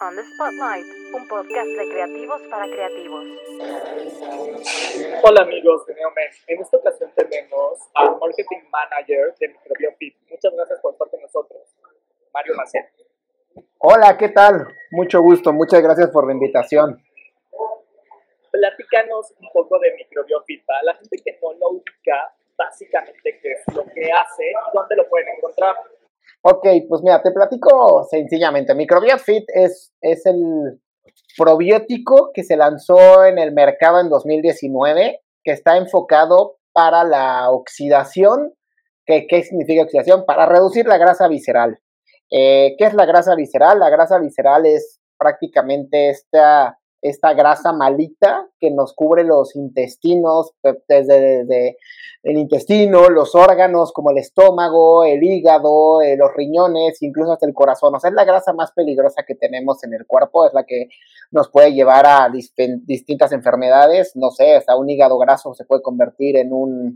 On the Spotlight, un podcast de creativos para creativos. Hola amigos de Neomen, en esta ocasión tenemos al Marketing Manager de Microbiofit. Muchas gracias por estar con nosotros, Mario Maciel. Hola, ¿qué tal? Mucho gusto, muchas gracias por la invitación. Platícanos un poco de Microbiofit, para la gente que no lo ubica, básicamente qué es lo que hace y dónde lo pueden encontrar. Ok, pues mira, te platico sencillamente. Microbiofit es el probiótico que se lanzó en el mercado en 2019, que está enfocado para la oxidación. ¿Qué significa oxidación? Para reducir la grasa visceral. ¿Qué es la grasa visceral? La grasa visceral es prácticamente esta grasa malita que nos cubre los intestinos, desde el intestino, los órganos como el estómago, el hígado, los riñones, incluso hasta el corazón. O sea, es la grasa más peligrosa que tenemos en el cuerpo, es la que nos puede llevar a distintas enfermedades. No sé, hasta un hígado graso se puede convertir en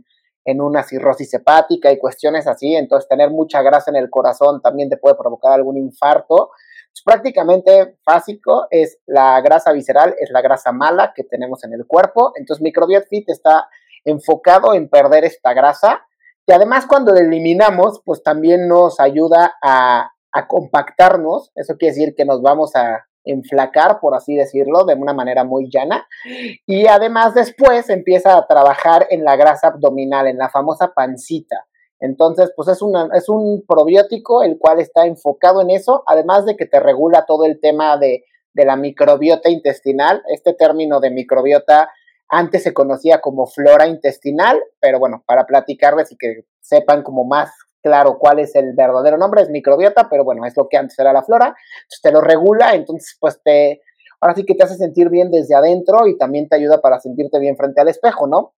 una cirrosis hepática y cuestiones así. Entonces, tener mucha grasa en el corazón también te puede provocar algún infarto. Prácticamente básico es la grasa visceral, es la grasa mala que tenemos en el cuerpo. Entonces Microbiofit está enfocado en perder esta grasa, y además cuando la eliminamos pues también nos ayuda a compactarnos. Eso quiere decir que nos vamos a enflacar, por así decirlo, de una manera muy llana, y además después empieza a trabajar en la grasa abdominal, en la famosa pancita. Entonces, pues es un probiótico el cual está enfocado en eso, además de que te regula todo el tema de la microbiota intestinal. Este término de microbiota antes se conocía como flora intestinal, pero bueno, para platicarles y que sepan como más claro cuál es el verdadero nombre, es microbiota, pero bueno, es lo que antes era la flora. Entonces te lo regula, entonces pues ahora sí que te hace sentir bien desde adentro y también te ayuda para sentirte bien frente al espejo, ¿no?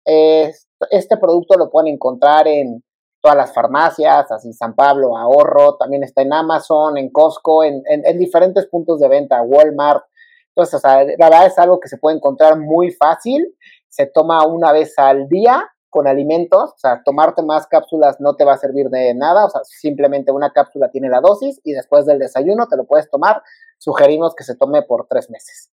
Este producto lo pueden encontrar en todas las farmacias, así San Pablo, Ahorro, también está en Amazon, en Costco, en diferentes puntos de venta, Walmart. Entonces, o sea, la verdad es algo que se puede encontrar muy fácil, se toma una vez al día con alimentos. O sea, tomarte más cápsulas no te va a servir de nada, o sea, simplemente una cápsula tiene la dosis y después del desayuno te lo puedes tomar. Sugerimos que se tome por 3 meses.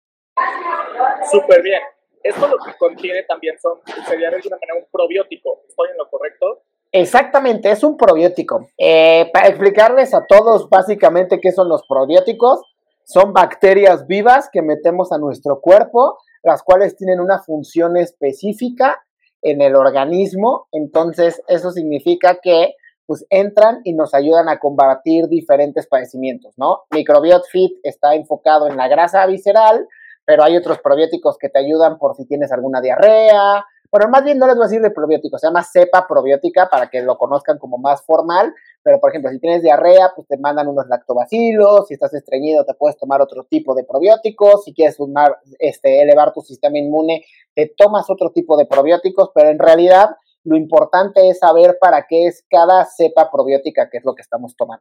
Súper bien. Esto lo que contiene también sería de alguna manera un probiótico. ¿Estoy en lo correcto? Exactamente, es un probiótico. Para explicarles a todos básicamente qué son los probióticos, son bacterias vivas que metemos a nuestro cuerpo, las cuales tienen una función específica en el organismo. Entonces, eso significa que pues entran y nos ayudan a combatir diferentes padecimientos, ¿no? Microbiofit está enfocado en la grasa visceral, pero hay otros probióticos que te ayudan por si tienes alguna diarrea. Bueno, más bien no les voy a decir de probióticos, se llama cepa probiótica para que lo conozcan como más formal, pero por ejemplo, si tienes diarrea, pues te mandan unos lactobacilos. Si estás estreñido, te puedes tomar otro tipo de probióticos. Si quieres elevar tu sistema inmune, te tomas otro tipo de probióticos, pero en realidad lo importante es saber para qué es cada cepa probiótica, que es lo que estamos tomando.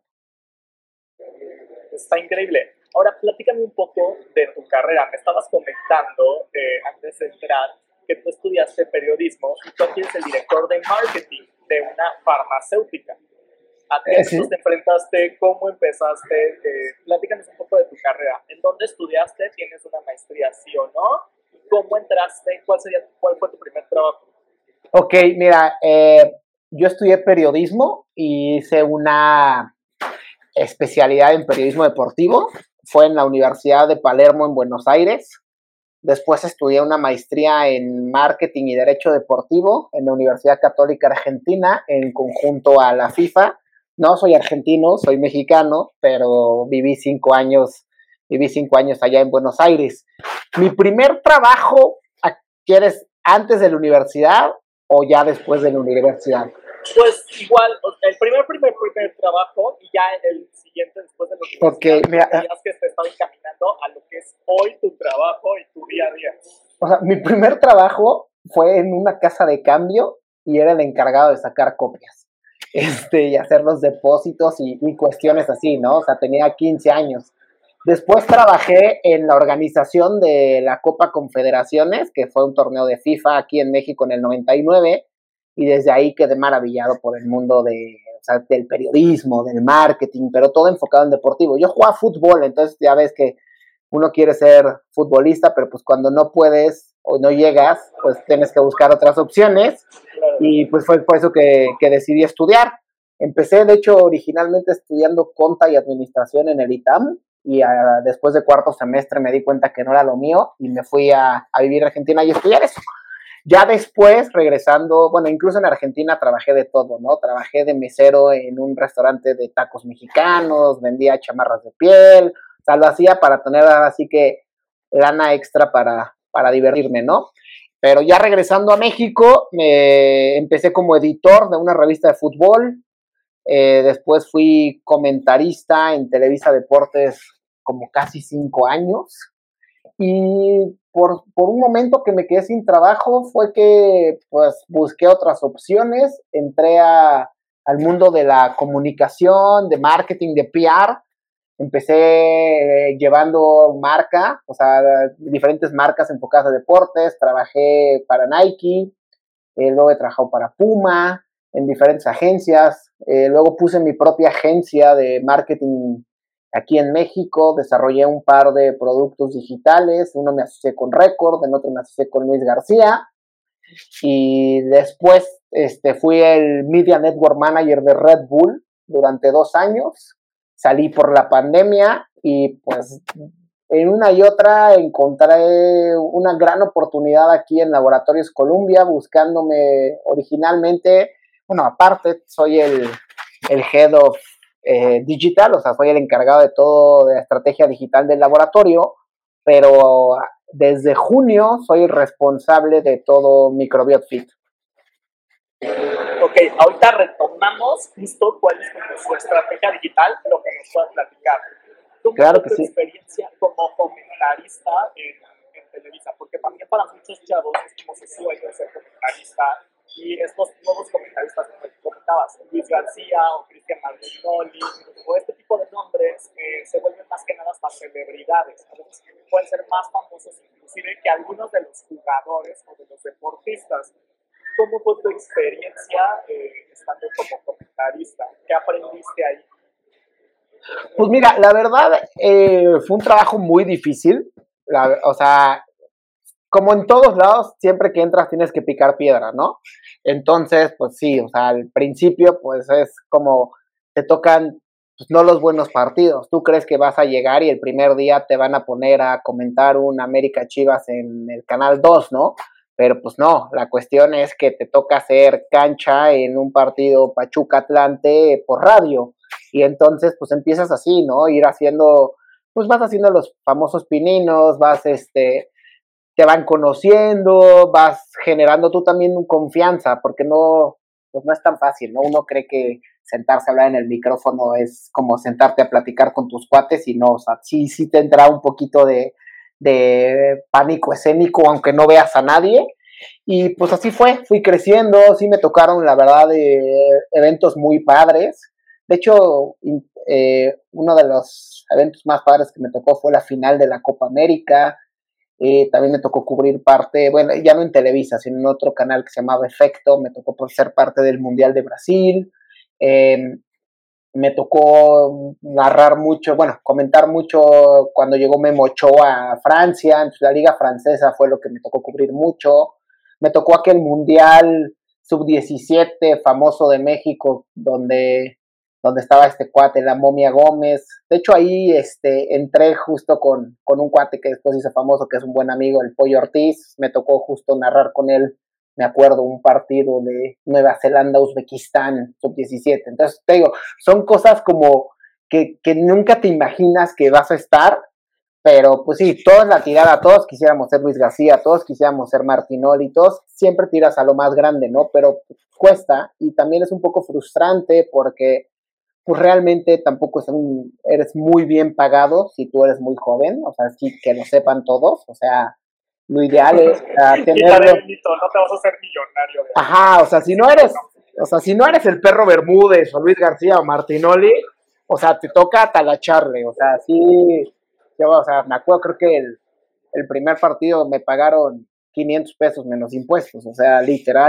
Está increíble. Ahora, platícame un poco de tu carrera. Me estabas comentando antes de entrar que tú estudiaste periodismo y tú aquí eres el director de marketing de una farmacéutica. ¿A qué Sí. te enfrentaste? ¿Cómo empezaste? Platícanos un poco de tu carrera. ¿En dónde estudiaste? ¿Tienes una maestría, sí o no? ¿Cómo entraste? ¿Cuál fue tu primer trabajo? Ok, mira, yo estudié periodismo y hice una especialidad en periodismo deportivo. Fue en la Universidad de Palermo en Buenos Aires. Después estudié una maestría en marketing y derecho deportivo en la Universidad Católica Argentina en conjunto a la FIFA. No soy argentino, soy mexicano, pero viví 5 años allá en Buenos Aires. Mi primer trabajo, ¿quieres antes de la universidad o ya después de la universidad? Pues igual, el primer trabajo y ya el siguiente después de la universidad. Okay, mira, que te estaba encaminando a lo que es hoy tu trabajo y tu día a día. O sea, mi primer trabajo fue en una casa de cambio y era el encargado de sacar copias y hacer los depósitos y cuestiones así, ¿no? O sea, tenía 15 años. Después trabajé en la organización de la Copa Confederaciones, que fue un torneo de FIFA aquí en México en el 99. y desde ahí quedé maravillado por el mundo del periodismo, del marketing, pero todo enfocado en deportivo. Yo jugaba fútbol, entonces ya ves que uno quiere ser futbolista, pero pues cuando no puedes o no llegas, pues tienes que buscar otras opciones, y pues fue por eso que decidí estudiar. Empecé, de hecho, originalmente estudiando conta y administración en el ITAM, y después de cuarto semestre me di cuenta que no era lo mío y me fui a vivir a Argentina y estudiar eso. Ya después, regresando, bueno, incluso en Argentina trabajé de todo, ¿no? Trabajé de mesero en un restaurante de tacos mexicanos, vendía chamarras de piel, o sea, lo hacía para tener así que lana extra para divertirme, ¿no? Pero ya regresando a México, me empecé como editor de una revista de fútbol, después fui comentarista en Televisa Deportes como casi 5 años, y por un momento que me quedé sin trabajo fue que pues busqué otras opciones, entré al mundo de la comunicación, de marketing, de PR, empecé llevando marca, o sea, diferentes marcas enfocadas a deportes, trabajé para Nike, luego he trabajado para Puma, en diferentes agencias, luego puse mi propia agencia de marketing aquí en México, desarrollé un par de productos digitales, uno me asocié con Record, en otro me asocié con Luis García, y después fui el Media Network Manager de Red Bull durante 2 años, salí por la pandemia y pues en una y otra encontré una gran oportunidad aquí en Laboratorios Columbia, buscándome originalmente, bueno, aparte soy el Head of Digital, o sea, soy el encargado de todo, de la estrategia digital del laboratorio, pero desde junio soy responsable de todo Microbiot Fit. Ok, ahorita retomamos justo cuál es como su estrategia digital, lo que nos puedas platicar. ¿Cómo Claro fue que tu sí. experiencia como comentarista en Televisa? Porque también para muchos chavos es como su sueño ser comentarista, y estos nuevos comentaristas, como comentabas, Luis García o Cristian Martinoli, o este tipo de nombres, se vuelven más que nada hasta celebridades. A veces pueden ser más famosos inclusive que algunos de los jugadores o de los deportistas. ¿Cómo fue tu experiencia estando como comentarista? ¿Qué aprendiste ahí? Pues mira, la verdad fue un trabajo muy difícil, o sea, como en todos lados, siempre que entras tienes que picar piedra, ¿no? Entonces, pues sí, o sea, al principio pues es como te tocan pues, no los buenos partidos. Tú crees que vas a llegar y el primer día te van a poner a comentar un América Chivas en el Canal 2, ¿no? Pero pues no, la cuestión es que te toca hacer cancha en un partido Pachuca-Atlante por radio. Y entonces pues empiezas así, ¿no? Ir haciendo, pues vas haciendo los famosos pininos, te van conociendo, vas generando tú también confianza, porque no, pues no es tan fácil, ¿no? Uno cree que sentarse a hablar en el micrófono es como sentarte a platicar con tus cuates, y no, o sea, sí te entra un poquito de pánico escénico, aunque no veas a nadie. Y pues así fui creciendo, sí me tocaron, la verdad, eventos muy padres. De hecho, uno de los eventos más padres que me tocó fue la final de la Copa América. También me tocó cubrir parte, bueno, ya no en Televisa, sino en otro canal que se llamaba Efecto, me tocó por ser parte del Mundial de Brasil. Me tocó narrar mucho, bueno, comentar mucho cuando llegó Memo Ochoa a Francia, entonces la liga francesa fue lo que me tocó cubrir mucho. Me tocó aquel Mundial sub-17 famoso de México, donde estaba este cuate, la Momia Gómez. De hecho, ahí entré justo con un cuate que después hizo famoso, que es un buen amigo, el Pollo Ortiz. Me tocó justo narrar con él, me acuerdo, un partido de Nueva Zelanda-Uzbekistán, sub-17. Entonces, te digo, son cosas como que nunca te imaginas que vas a estar, pero pues sí, todos la tirada, todos quisiéramos ser Luis García, todos quisiéramos ser Martinoli, todos siempre tiras a lo más grande, ¿no? Pero cuesta, y también es un poco frustrante porque pues realmente tampoco eres muy bien pagado si tú eres muy joven, o sea, sí que lo sepan todos, o sea, lo ideal es tenerlo. No te vas a hacer millonario. Ajá, o sea, si no eres el Perro Bermúdez o Luis García o Martinoli, o sea, te toca talacharle, o sea, sí, yo, o sea, me acuerdo, creo que el primer partido me pagaron 500 pesos menos impuestos, o sea, literal.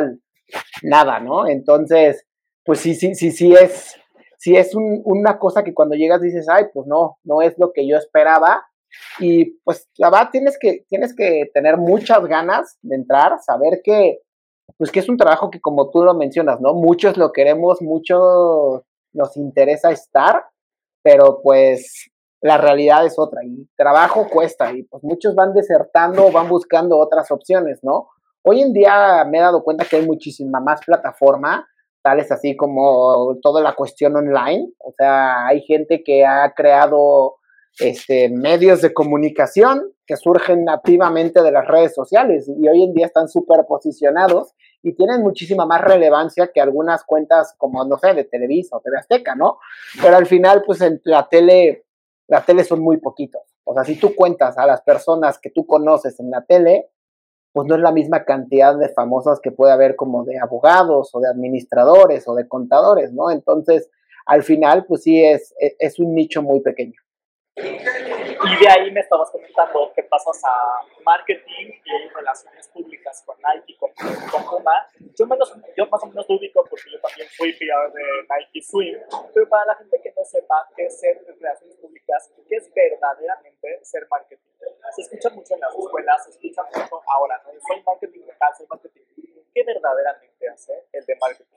nada, ¿no? Entonces, pues sí es una cosa que cuando llegas dices, ay, pues no es lo que yo esperaba. Y pues la verdad tienes que tener muchas ganas de entrar, saber que, pues que es un trabajo que como tú lo mencionas, ¿no? Muchos lo queremos, muchos nos interesa estar, pero pues la realidad es otra y trabajo cuesta y pues muchos van desertando o van buscando otras opciones, ¿no? Hoy en día me he dado cuenta que hay muchísima más plataforma, tales así como toda la cuestión online, o sea, hay gente que ha creado medios de comunicación que surgen nativamente de las redes sociales y hoy en día están súper posicionados y tienen muchísima más relevancia que algunas cuentas como, no sé, de Televisa o TV Azteca, ¿no? Pero al final, pues en la tele son muy poquitos. O sea, si tú cuentas a las personas que tú conoces en la tele, pues no es la misma cantidad de famosos que puede haber como de abogados o de administradores o de contadores, ¿no? Entonces, al final, pues sí es un nicho muy pequeño. Y de ahí me estabas comentando que pasas a marketing y relaciones públicas con Nike, con Puma. Yo más o menos lo ubico porque yo también fui PR de Nike Swim, pero para la gente que no sepa qué es ser relaciones públicas, qué es verdaderamente ser marketing. Se escucha mucho en las escuelas, se escucha mucho ahora, ¿no? Soy marketing local, soy marketing. ¿Qué verdaderamente hace el de marketing?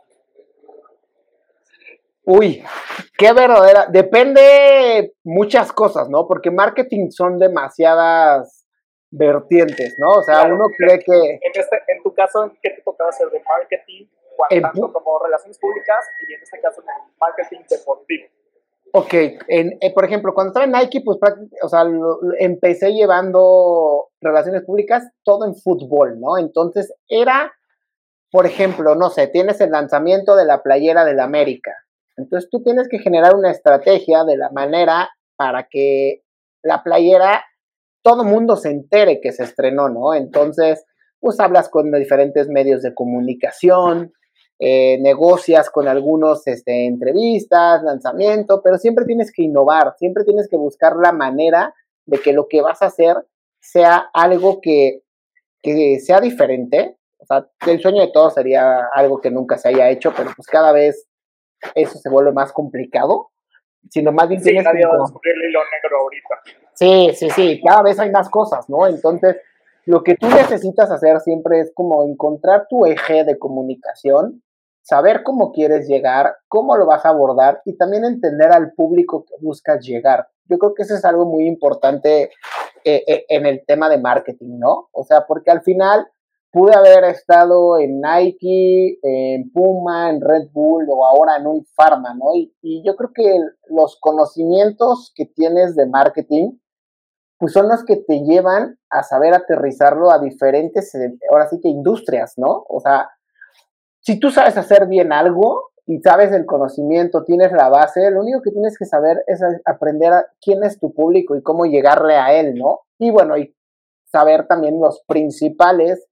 Uy, qué verdadera. Depende muchas cosas, ¿no? Porque marketing son demasiadas vertientes, ¿no? O sea, Claro, uno cree que en tu caso, ¿qué te tocaba hacer de marketing, tanto como relaciones públicas y en este caso marketing deportivo? Ok, por ejemplo, cuando estaba en Nike, pues, o sea, empecé llevando relaciones públicas todo en fútbol, ¿no? Entonces era, por ejemplo, no sé, tienes el lanzamiento de la playera del América. Entonces tú tienes que generar una estrategia de la manera para que la playera, todo mundo se entere que se estrenó, ¿no? Entonces, pues hablas con diferentes medios de comunicación, negocias con algunos entrevistas, lanzamiento, pero siempre tienes que innovar, siempre tienes que buscar la manera de que lo que vas a hacer sea algo que sea diferente. O sea, el sueño de todos sería algo que nunca se haya hecho, pero pues cada vez eso se vuelve más complicado, sino más bien tienes nadie va a descubrir el hilo negro ahorita. Sí, cada vez hay más cosas, ¿no? Entonces, lo que tú necesitas hacer siempre es como encontrar tu eje de comunicación, saber cómo quieres llegar, cómo lo vas a abordar y también entender al público que buscas llegar. Yo creo que eso es algo muy importante en el tema de marketing, ¿no? O sea, porque al final pude haber estado en Nike, en Puma, en Red Bull o ahora en un pharma, ¿no? Y yo creo que los conocimientos que tienes de marketing, pues son los que te llevan a saber aterrizarlo a diferentes, ahora sí que industrias, ¿no? O sea, si tú sabes hacer bien algo y sabes el conocimiento, tienes la base, lo único que tienes que saber es aprender a quién es tu público y cómo llegarle a él, ¿no? Y bueno, y saber también los principales,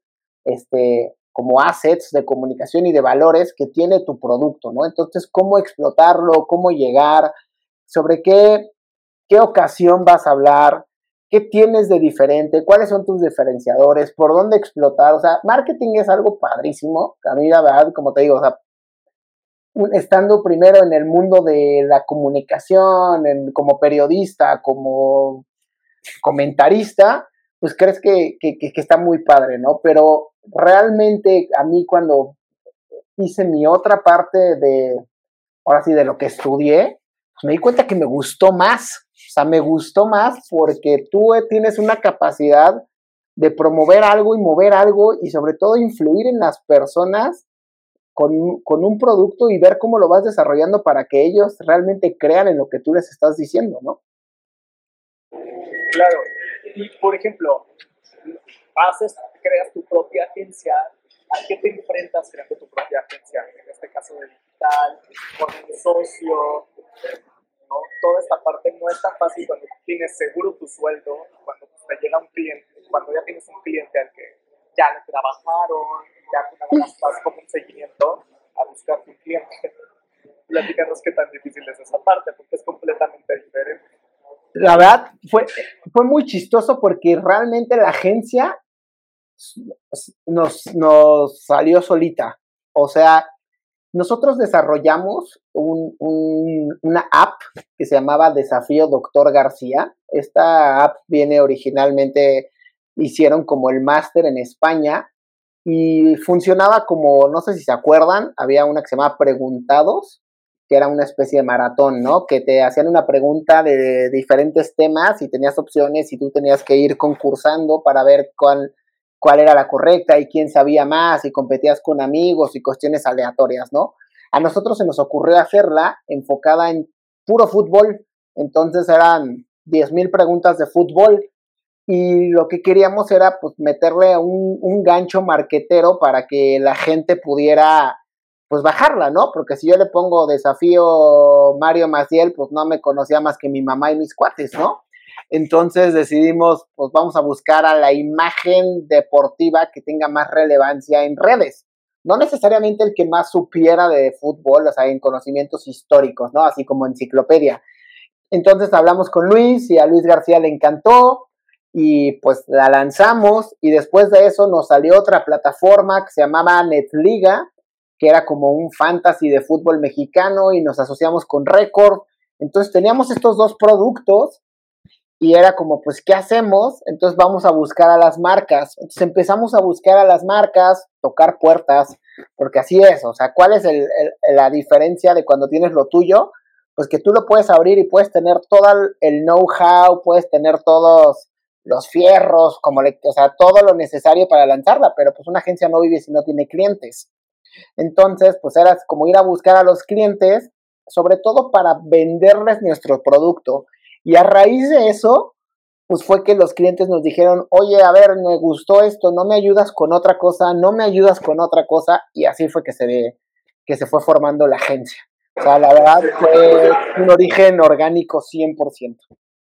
como assets de comunicación y de valores que tiene tu producto, ¿no? Entonces, cómo explotarlo, cómo llegar, sobre qué ocasión vas a hablar, qué tienes de diferente, cuáles son tus diferenciadores, por dónde explotar. O sea, marketing es algo padrísimo. A mí, la verdad, como te digo, o sea, estando primero en el mundo de la comunicación, como periodista, como comentarista, pues crees que está muy padre, ¿no? Pero realmente a mí cuando hice mi otra parte ahora sí, de lo que estudié, pues me di cuenta que me gustó más. O sea, me gustó más porque tú tienes una capacidad de promover algo y mover algo y sobre todo influir en las personas con un producto y ver cómo lo vas desarrollando para que ellos realmente crean en lo que tú les estás diciendo, ¿no? Claro. Y, por ejemplo, creas tu propia agencia. ¿A qué te enfrentas creando tu propia agencia? En este caso de digital, con un socio, ¿no? Toda esta parte no es tan fácil cuando tienes seguro tu sueldo, cuando te llega un cliente, cuando ya tienes un cliente al que ya le trabajaron, ya tú nada más vas como un seguimiento a buscar tu cliente. Platícanos qué tan difícil es esa parte, porque es completamente diferente. La verdad, fue muy chistoso porque realmente la agencia nos salió solita. O sea, nosotros desarrollamos una app que se llamaba Desafío Doctor García. Esta app viene originalmente, hicieron como el máster en España y funcionaba como, no sé si se acuerdan, había una que se llamaba Preguntados, que era una especie de maratón, ¿no? Que te hacían una pregunta de diferentes temas y tenías opciones y tú tenías que ir concursando para ver cuál era la correcta y quién sabía más y competías con amigos y cuestiones aleatorias, ¿no? A nosotros se nos ocurrió hacerla enfocada en puro fútbol, entonces eran 10,000 preguntas de fútbol y lo que queríamos era pues meterle un gancho marquetero para que la gente pudiera pues bajarla, ¿no? Porque si yo le pongo desafío Mario Maciel, pues no me conocía más que mi mamá y mis cuates, ¿no? Entonces decidimos, pues vamos a buscar a la imagen deportiva que tenga más relevancia en redes. No necesariamente el que más supiera de fútbol, o sea, en conocimientos históricos, ¿no? Así como enciclopedia. Entonces hablamos con Luis y a Luis García le encantó y pues la lanzamos y después de eso nos salió otra plataforma que se llamaba Netliga, que era como un fantasy de fútbol mexicano y nos asociamos con Record. Entonces teníamos estos dos productos y era como, pues, ¿qué hacemos? Entonces vamos a buscar a las marcas. Entonces empezamos a buscar a las marcas, tocar puertas, porque así es, o sea, ¿cuál es la diferencia de cuando tienes lo tuyo? Pues que tú lo puedes abrir y puedes tener todo el know-how, puedes tener todos los fierros, o sea, todo lo necesario para lanzarla, pero pues una agencia no vive si no tiene clientes. Entonces, pues era como ir a buscar a los clientes, sobre todo para venderles nuestro producto. Y a raíz de eso, pues fue que los clientes nos dijeron, oye, a ver, me gustó esto, no me ayudas con otra cosa, no me ayudas con otra cosa, y así fue que se fue formando la agencia. O sea, la verdad fue un origen orgánico 100%.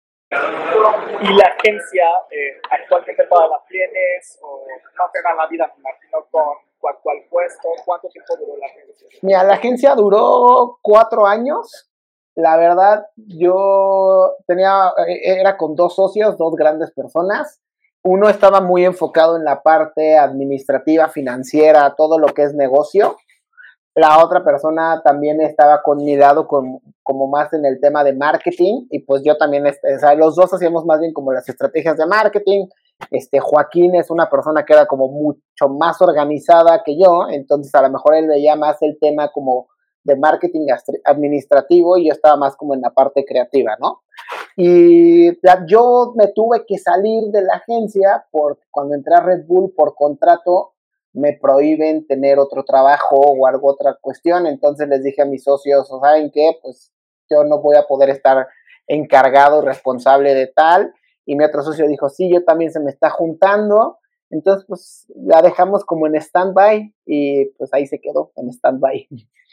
Y la agencia actualmente todavía la tienes o no te da la vida, me imagino, con cuál puesto, ¿cuánto tiempo duró la agencia? Mira, la agencia duró 4 años. La verdad, yo era con 2 socios, 2 grandes personas. Uno estaba muy enfocado en la parte administrativa, financiera, todo lo que es negocio. La otra persona también estaba con mi lado como más en el tema de marketing y pues yo también, o sea, los dos hacíamos más bien como las estrategias de marketing. Joaquín es una persona que era como mucho más organizada que yo, entonces a lo mejor él veía más el tema como de marketing administrativo y yo estaba más como en la parte creativa, ¿no? Y yo me tuve que salir de la agencia porque cuando entré a Red Bull por contrato me prohíben tener otro trabajo o algo otra cuestión, entonces les dije a mis socios, ¿saben qué? Pues yo no voy a poder estar encargado, responsable de tal, y mi otro socio dijo, sí, yo también se me está juntando, entonces pues la dejamos como en stand-by y pues ahí se quedó en stand-by.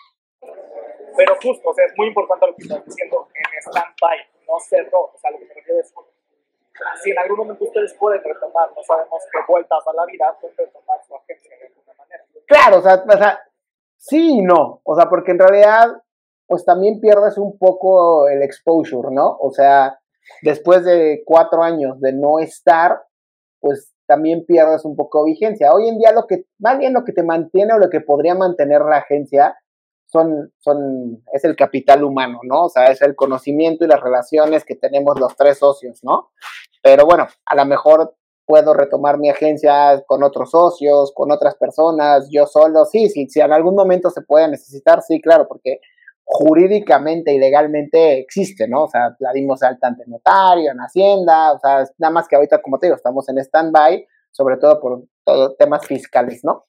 Pero justo, o sea, es muy importante lo que estás diciendo, en stand-by, no cerró, o sea, lo que me refiero es, si en algún momento ustedes pueden retomar, no sabemos qué vueltas a la vida, pueden retomar su agencia de alguna manera. Claro, o sea, sí y no, o sea, porque en realidad, pues también pierdes un poco el exposure, ¿no? O sea, después de 4 años de no estar, pues también pierdes un poco vigencia. Hoy en día más bien lo que te mantiene o lo que podría mantener la agencia es el capital humano, ¿no? O sea, es el conocimiento y las relaciones que tenemos los 3 socios, ¿no? Pero bueno, a lo mejor puedo retomar mi agencia con otros socios, con otras personas, yo solo, sí, si en algún momento se puede necesitar, sí, claro, porque jurídicamente y legalmente existe, ¿no? O sea, la dimos alta ante notario, en Hacienda, o sea, nada más que ahorita, como te digo, estamos en stand-by, sobre todo por temas fiscales, ¿no?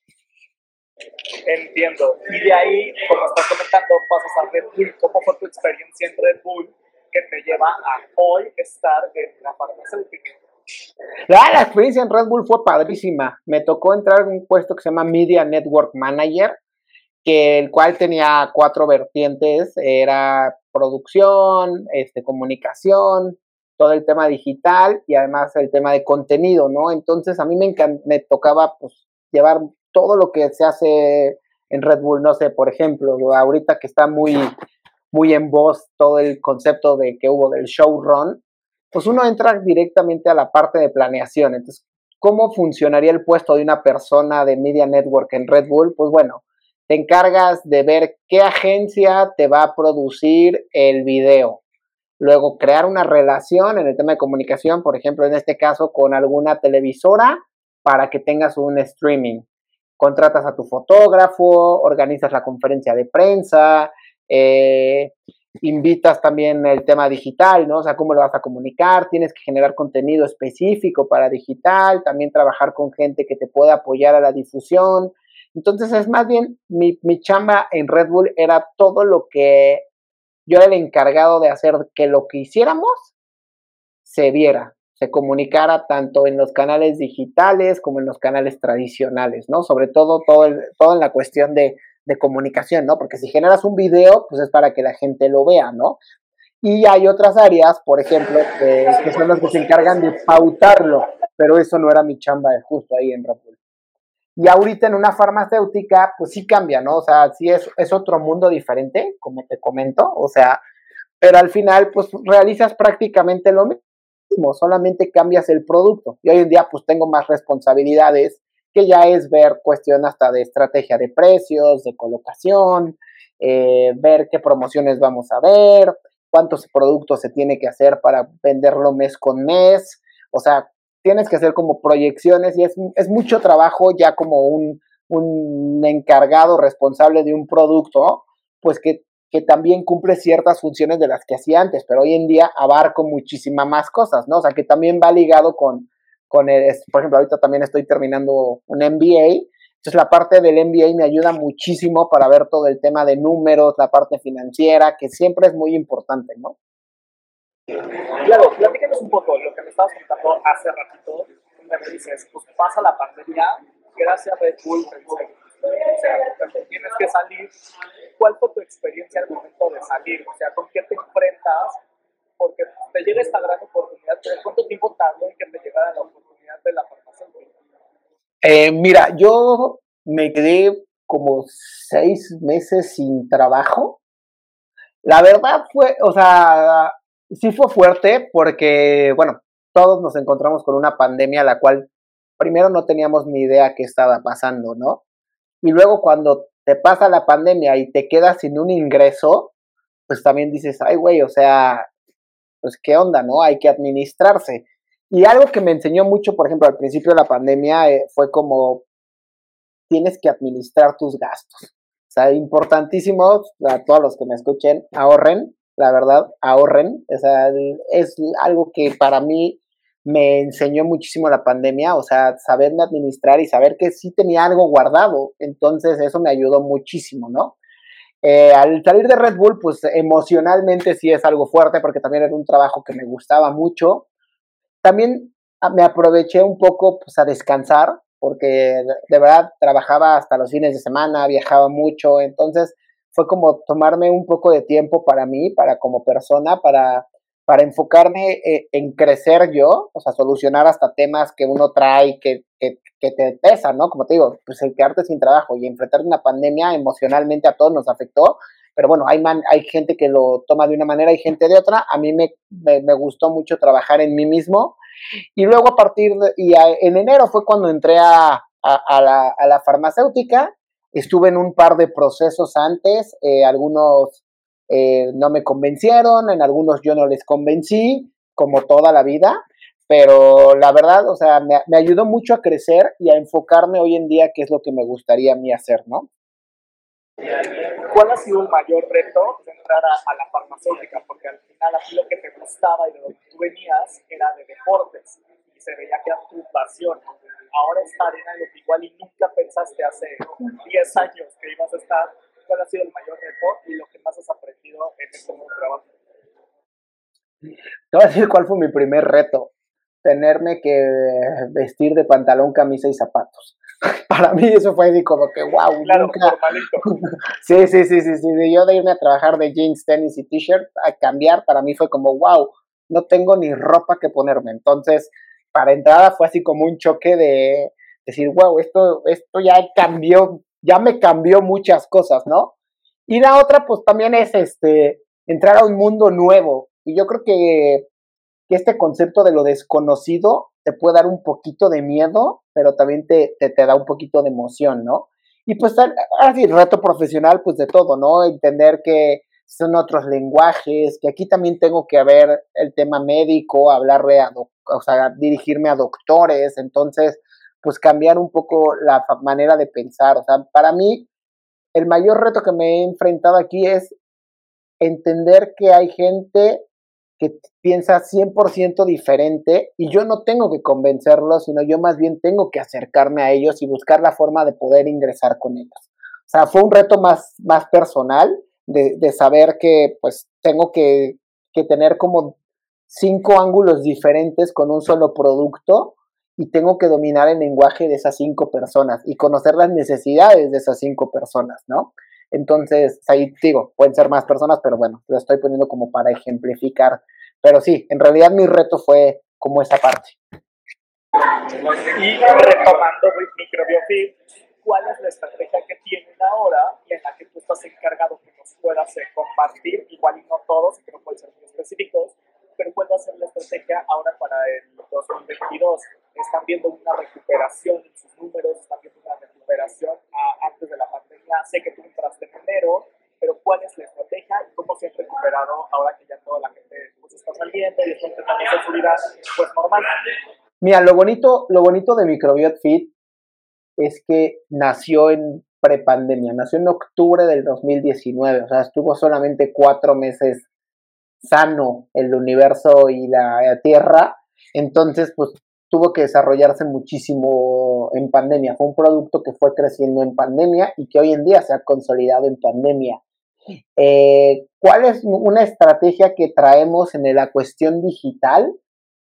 Entiendo. Y de ahí, como estás comentando, pasas a Red Bull. ¿Cómo fue tu experiencia en Red Bull que te lleva a hoy estar en la farmacéutica? La experiencia en Red Bull fue padrísima. Me tocó entrar en un puesto que se llama Media Network Manager, que el cual tenía 4 vertientes, era producción, comunicación, todo el tema digital y además el tema de contenido, ¿no? Entonces a mí me tocaba pues llevar todo lo que se hace en Red Bull, no sé, por ejemplo, ahorita que está muy, muy en voz todo el concepto de que hubo del showrun, pues uno entra directamente a la parte de planeación. Entonces, ¿cómo funcionaría el puesto de una persona de Media Network en Red Bull? Pues bueno, te encargas de ver qué agencia te va a producir el video. Luego, crear una relación en el tema de comunicación, por ejemplo, en este caso, con alguna televisora para que tengas un streaming. Contratas a tu fotógrafo, organizas la conferencia de prensa, invitas también el tema digital, ¿no? O sea, cómo lo vas a comunicar, tienes que generar contenido específico para digital, también trabajar con gente que te pueda apoyar a la difusión. Entonces, es más bien, mi chamba en Red Bull era todo lo que yo era el encargado de hacer que lo que hiciéramos se viera, se comunicara tanto en los canales digitales como en los canales tradicionales, ¿no? Sobre todo, todo en la cuestión de comunicación, ¿no? Porque si generas un video, pues es para que la gente lo vea, ¿no? Y hay otras áreas, por ejemplo, que son las que se encargan de pautarlo, pero eso no era mi chamba justo ahí en Rapul. Y ahorita en una farmacéutica, pues sí cambia, ¿no? O sea, sí es otro mundo diferente, como te comento, o sea, pero al final, pues realizas prácticamente lo mismo, solamente cambias el producto. Y hoy en día, pues tengo más responsabilidades, que ya es ver cuestión hasta de estrategia de precios, de colocación, ver qué promociones vamos a ver, cuántos productos se tiene que hacer para venderlo mes con mes, o sea, tienes que hacer como proyecciones y es mucho trabajo ya como un encargado responsable de un producto, pues que también cumple ciertas funciones de las que hacía antes, pero hoy en día abarco muchísimas más cosas, ¿no? O sea, que también va ligado con por ejemplo, ahorita también estoy terminando un MBA, entonces la parte del MBA me ayuda muchísimo para ver todo el tema de números, la parte financiera, que siempre es muy importante, ¿no? Claro, platícanos un poco lo que me estabas contando hace ratito. Me dices, pues pasa la pandemia, gracias a Red Bull, o sea, tienes que salir. ¿Cuál fue tu experiencia al momento de salir? O sea, ¿con qué te enfrentas? Porque te llega esta gran oportunidad, pero ¿cuánto tiempo tardó en que te llegara la oportunidad de la farmacéutica? Mira, yo me quedé como 6 meses sin trabajo. La verdad fue, o sea, sí fue fuerte porque, bueno, todos nos encontramos con una pandemia la cual primero no teníamos ni idea qué estaba pasando, ¿no? Y luego cuando te pasa la pandemia y te quedas sin un ingreso, pues también dices, ay, güey, o sea, pues qué onda, ¿no? Hay que administrarse. Y algo que me enseñó mucho, por ejemplo, al principio de la pandemia, fue como tienes que administrar tus gastos. O sea, importantísimo a todos los que me escuchen, ahorren, la verdad, ahorren. O sea, es algo que para mí me enseñó muchísimo la pandemia, o sea, saberme administrar y saber que sí tenía algo guardado. Entonces, eso me ayudó muchísimo, ¿no? Al salir de Red Bull, pues emocionalmente sí es algo fuerte porque también era un trabajo que me gustaba mucho. También me aproveché un poco pues, a descansar, porque de verdad trabajaba hasta los fines de semana, viajaba mucho, entonces fue como tomarme un poco de tiempo para mí, para como persona, para enfocarme en crecer yo, o sea, solucionar hasta temas que uno trae que te pesan, ¿no? Como te digo, pues el quedarte sin trabajo y enfrentar una pandemia emocionalmente a todos nos afectó, pero bueno, hay gente que lo toma de una manera y gente de otra. A mí me gustó mucho trabajar en mí mismo. Y luego en enero fue cuando entré a la farmacéutica. Estuve en un par de procesos antes, algunos no me convencieron, en algunos yo no les convencí, como toda la vida, pero la verdad, o sea, me ayudó mucho a crecer y a enfocarme hoy en día qué es lo que me gustaría a mí hacer, ¿no? ¿Cuál ha sido el mayor reto de entrar a la farmacéutica? Porque al final a ti lo que te gustaba y de lo que tú venías era de deportes y se veía que era tu pasión. Ahora estar en algo que igual y nunca pensaste hace 10 años que ibas a estar, ¿cuál ha sido el mayor reto y lo que más has aprendido en este nuevo trabajo? Te voy a decir cuál fue mi primer reto. Tenerme que vestir de pantalón, camisa y zapatos. Para mí eso fue así como que, wow, Claro, nunca. normalito. Sí. Yo de irme a trabajar de jeans, tenis y t-shirt a cambiar, para mí fue como, wow, no tengo ni ropa que ponerme. Entonces, para entrada fue así como un choque de decir, wow, esto ya cambió, ya me cambió muchas cosas, ¿no? Y la otra, pues también es entrar a un mundo nuevo. Y yo creo que este concepto de lo desconocido te puede dar un poquito de miedo, pero también te da un poquito de emoción, ¿no? Y pues así, reto profesional, pues de todo, ¿no? Entender que son otros lenguajes, que aquí también tengo que ver el tema médico, hablarle o sea, dirigirme a doctores, entonces, pues cambiar un poco la manera de pensar. O sea, para mí, el mayor reto que me he enfrentado aquí es entender que hay gente que piensa 100% diferente y yo no tengo que convencerlos, sino yo más bien tengo que acercarme a ellos y buscar la forma de poder ingresar con ellos. O sea, fue un reto más personal de saber que pues tengo que tener como 5 ángulos diferentes con un solo producto y tengo que dominar el lenguaje de esas 5 personas y conocer las necesidades de esas 5 personas, ¿no? Entonces, ahí digo, pueden ser más personas, pero bueno, lo estoy poniendo como para ejemplificar. Pero sí, en realidad mi reto fue como esa parte. Y retomando Microbiofit, ¿cuál es la estrategia que tienen ahora y en la que tú estás encargado que nos puedas compartir? Igual y no todos, que no pueden ser muy específicos, pero ¿cuál va a ser la estrategia ahora para el 2022? ¿Están viendo una recuperación en sus números? ¿Están viendo una recuperación antes de la pandemia? Sé que tú entraste en enero, pero ¿cuál es la estrategia y cómo se han recuperado ahora que ya toda la gente pues, está saliendo y está intentando hacer su vida pues normal? Mira, lo bonito de Microbiot Fit es que nació en prepandemia, nació en octubre del 2019, o sea, estuvo solamente 4 meses sano el universo y la Tierra, entonces pues tuvo que desarrollarse muchísimo en pandemia. Fue un producto que fue creciendo en pandemia y que hoy en día se ha consolidado en pandemia. ¿Cuál es una estrategia que traemos en la cuestión digital?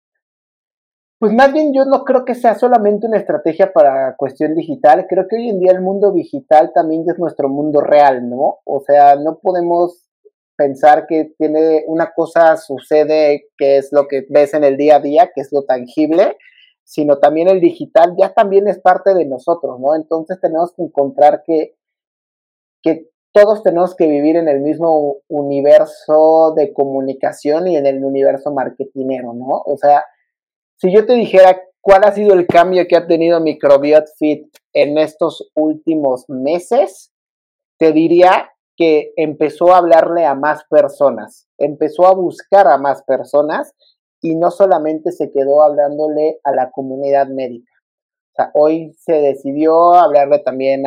Pues más bien yo no creo que sea solamente una estrategia para cuestión digital, creo que hoy en día el mundo digital también es nuestro mundo real, ¿no? O sea, no podemos pensar que tiene una cosa sucede que es lo que ves en el día a día, que es lo tangible, sino también el digital ya también es parte de nosotros, ¿no? Entonces tenemos que encontrar que todos tenemos que vivir en el mismo universo de comunicación y en el universo marketinero, ¿no? O sea, si yo te dijera cuál ha sido el cambio que ha tenido Microbiot Fit en estos últimos meses, te diría que empezó a hablarle a más personas, empezó a buscar a más personas y no solamente se quedó hablándole a la comunidad médica. O sea, hoy se decidió hablarle también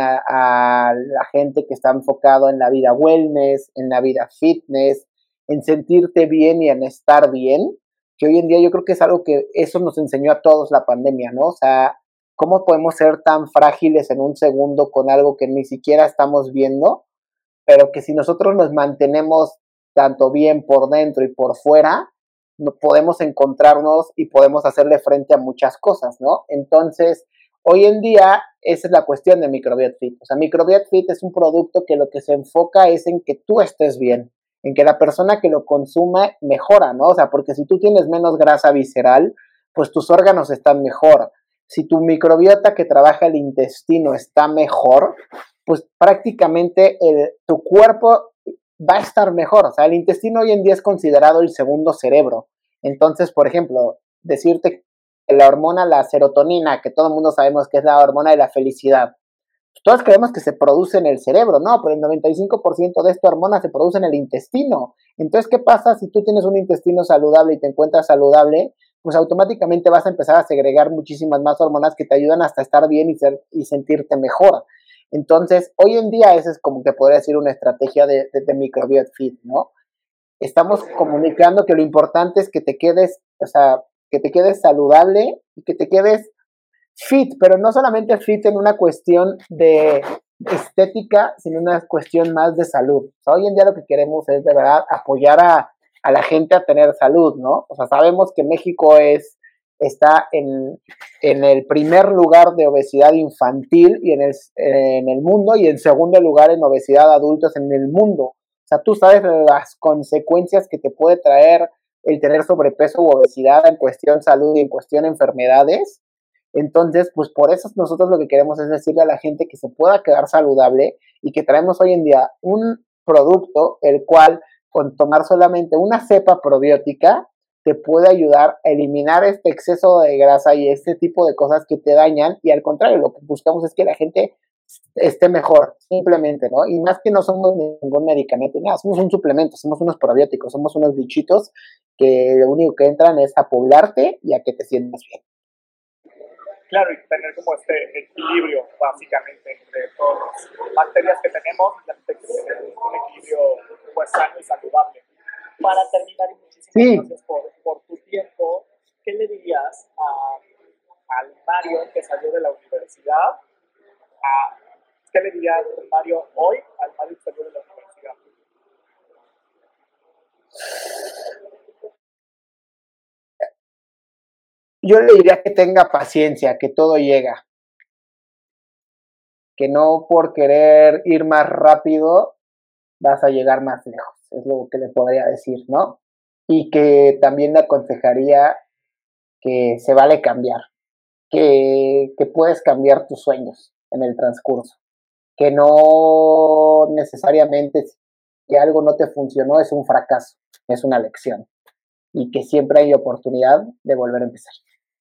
a la gente que está enfocado en la vida wellness, en la vida fitness, en sentirte bien y en estar bien, que hoy en día yo creo que es algo que eso nos enseñó a todos la pandemia, ¿no? O sea, ¿cómo podemos ser tan frágiles en un segundo con algo que ni siquiera estamos viendo? Pero que si nosotros nos mantenemos tanto bien por dentro y por fuera, no podemos encontrarnos y podemos hacerle frente a muchas cosas, ¿no? Entonces, hoy en día, esa es la cuestión de Microbiot Fit. O sea, Microbiot Fit es un producto que lo que se enfoca es en que tú estés bien, en que la persona que lo consuma mejora, ¿no? O sea, porque si tú tienes menos grasa visceral, pues tus órganos están mejor. Si tu microbiota que trabaja el intestino está mejor, pues prácticamente tu cuerpo va a estar mejor. O sea, el intestino hoy en día es considerado el segundo cerebro. Entonces, por ejemplo, decirte que la hormona, la serotonina, que todo el mundo sabemos que es la hormona de la felicidad, todos creemos que se produce en el cerebro, no, pero el 95% de esta hormona se produce en el intestino. Entonces, ¿qué pasa si tú tienes un intestino saludable y te encuentras saludable? Pues automáticamente vas a empezar a segregar muchísimas más hormonas que te ayudan hasta estar bien y sentirte mejor. Entonces, hoy en día esa es como que podría decir una estrategia de Microbiot Fit, ¿no? Estamos comunicando que lo importante es que te quedes, o sea, que te quedes saludable y que te quedes fit, pero no solamente fit en una cuestión de estética, sino una cuestión más de salud. O sea, hoy en día lo que queremos es de verdad apoyar a la gente a tener salud, ¿no? O sea, sabemos que México está en el primer lugar de obesidad infantil y en el mundo y en segundo lugar en obesidad de adultos en el mundo. O sea, tú sabes las consecuencias que te puede traer el tener sobrepeso u obesidad en cuestión salud y en cuestión enfermedades. Entonces, pues por eso nosotros lo que queremos es decirle a la gente que se pueda quedar saludable y que traemos hoy en día un producto el cual con tomar solamente una cepa probiótica te puede ayudar a eliminar este exceso de grasa y este tipo de cosas que te dañan y al contrario, lo que buscamos es que la gente esté mejor, simplemente, ¿no? Y más que no somos ningún medicamento, nada, somos un suplemento, somos unos probióticos, somos unos bichitos que lo único que entran es a poblarte y a que te sientas bien. Claro, y tener como este equilibrio, básicamente, entre todas las bacterias que tenemos, un equilibrio pues sano y saludable. Para terminar, y muchísimas gracias por tu tiempo, ¿qué le dirías al Mario que salió de la universidad? ¿Qué le dirías Mario hoy al Mario que salió de la universidad? Yo le diría que tenga paciencia, que todo llega, que no por querer ir más rápido vas a llegar más lejos, es lo que le podría decir, ¿no? Y que también le aconsejaría que se vale cambiar, que puedes cambiar tus sueños en el transcurso, que no necesariamente si algo no te funcionó es un fracaso, es una lección y que siempre hay oportunidad de volver a empezar.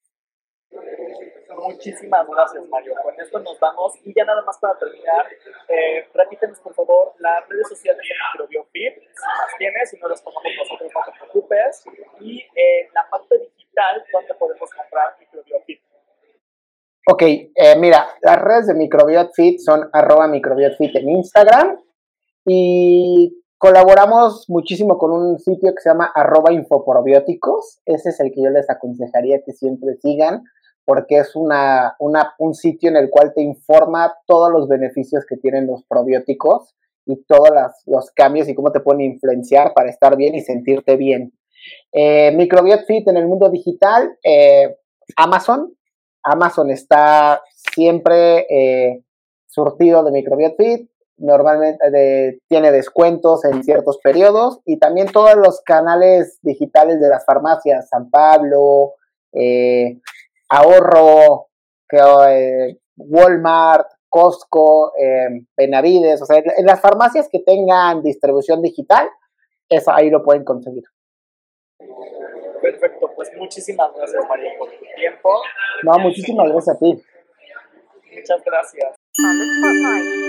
Muchísimas gracias, Mario. Con esto nos vamos y ya nada más para terminar, repítenos por favor las redes sociales de Microbiofit, si las tienes, si no las pongamos nosotros, no te preocupes, y la parte digital, ¿dónde podemos comprar Microbiofit? Ok, mira, las redes de Microbiofit son @microbiofit en Instagram y colaboramos muchísimo con un sitio que se llama @infoprobióticos. Ese es el que yo les aconsejaría que siempre sigan porque es un sitio en el cual te informa todos los beneficios que tienen los probióticos y todos los cambios y cómo te pueden influenciar para estar bien y sentirte bien. Microbiofit en el mundo digital, Amazon está siempre surtido de Microbiofit, normalmente tiene descuentos en ciertos periodos y también todos los canales digitales de las farmacias, San Pablo, Ahorro, Walmart, Costco, Benavides, o sea, en las farmacias que tengan distribución digital, eso ahí lo pueden conseguir. Perfecto, pues muchísimas gracias, Mario, por tu tiempo. No, muchísimas gracias a ti. Muchas gracias.